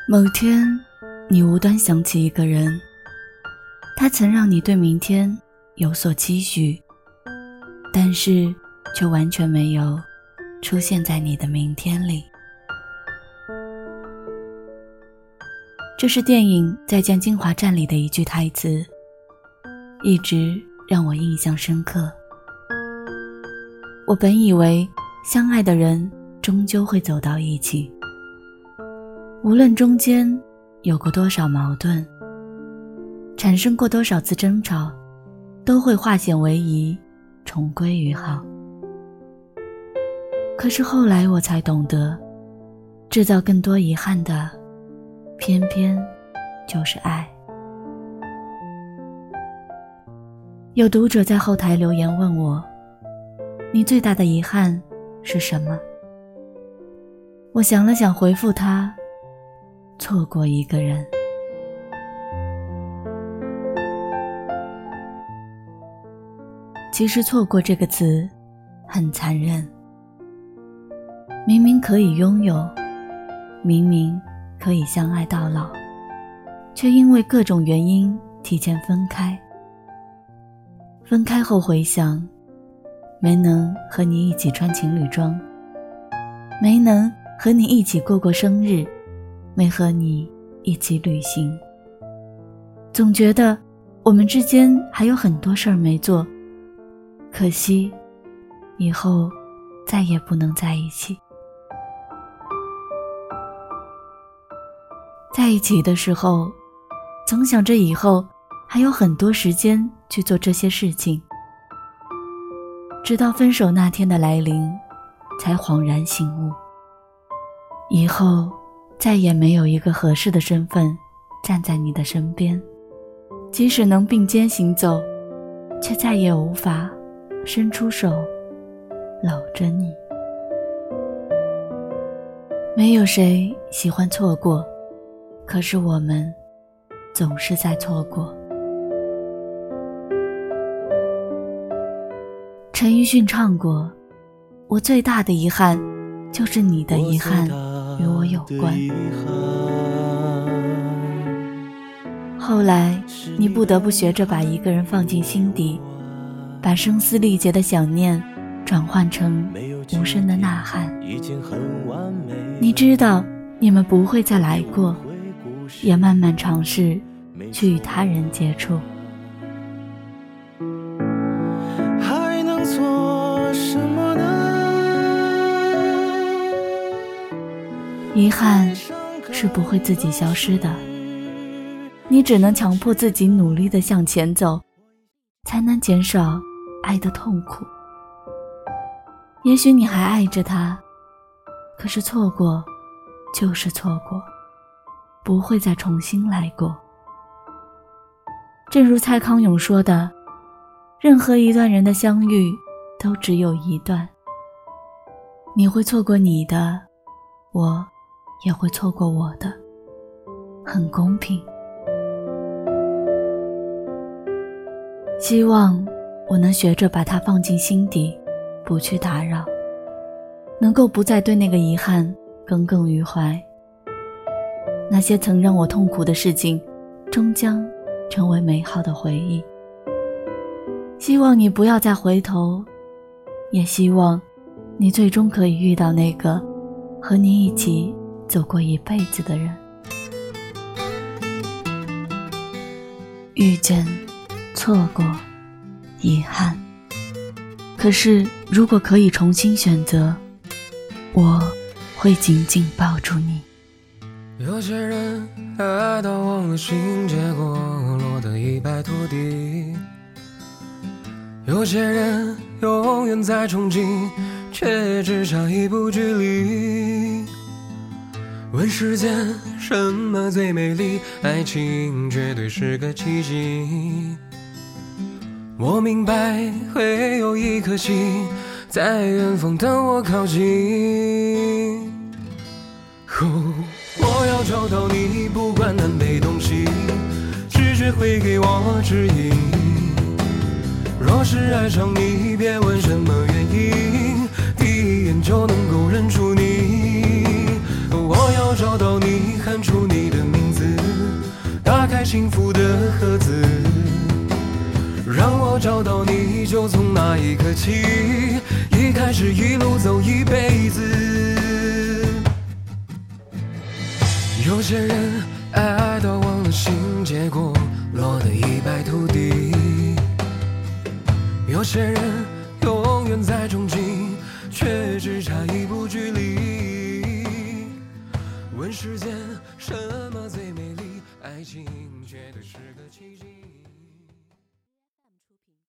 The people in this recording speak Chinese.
某天，你无端想起一个人，他曾让你对明天有所期许，但是却完全没有出现在你的明天里。这是电影《再见金华站》里的一句台词，一直让我印象深刻。我本以为相爱的人终究会走到一起，无论中间有过多少矛盾，产生过多少次争吵，都会化险为夷，重归于好。可是后来我才懂得，制造更多遗憾的偏偏就是爱。有读者在后台留言问我，你最大的遗憾是什么？我想了想回复他，错过一个人。其实错过这个词很残忍，明明可以拥有，明明可以相爱到老，却因为各种原因提前分开。分开后回想，没能和你一起穿情侣装，没能和你一起过过生日，没和你一起旅行，总觉得我们之间还有很多事儿没做，可惜以后再也不能在一起。在一起的时候，总想着以后还有很多时间去做这些事情，直到分手那天的来临，才恍然醒悟，以后再也没有一个合适的身份站在你的身边，即使能并肩行走，却再也无法伸出手搂着你。没有谁喜欢错过，可是我们总是在错过。陈奕迅唱过，我最大的遗憾就是你的遗憾与我有关。后来你不得不学着把一个人放进心底，把声嘶力竭的想念转换成无声的呐喊。你知道你们不会再来过，也慢慢尝试去与他人接触。 还能做什么呢？ 遗憾是不会自己消失的，你只能强迫自己努力地向前走，才能减少爱的痛苦。也许你还爱着他，可是错过就是错过，不会再重新来过。正如蔡康永说的，任何一段人的相遇都只有一段，你会错过你的，我也会错过我的，很公平。希望我能学着把它放进心底，不去打扰，能够不再对那个遗憾耿耿于怀。那些曾让我痛苦的事情，终将成为美好的回忆。希望你不要再回头，也希望你最终可以遇到那个和你一起走过一辈子的人。遇见，错过，遗憾。可是如果可以重新选择，我会紧紧抱住你。 有些人爱到忘了心，结果落得一败涂地。有些人永远在憧憬，却只差一步距离。问世间什么最美丽，爱情绝对是个奇迹。我明白会有一颗心在远方等我靠近。我要找到你，不管南北东西，直觉会给我指引。若是爱上你，别问什么原因，第一眼就能够认出你。我要找到你，很喊出你的名字，打开幸福的盒子，让我找到你，就从那一刻起，一开始一路走一辈子。有些人爱到忘了形，结果落得一败涂地。有些人永远在憧憬，却只差一步距离。问世间什么最美丽，爱情绝对是个奇迹。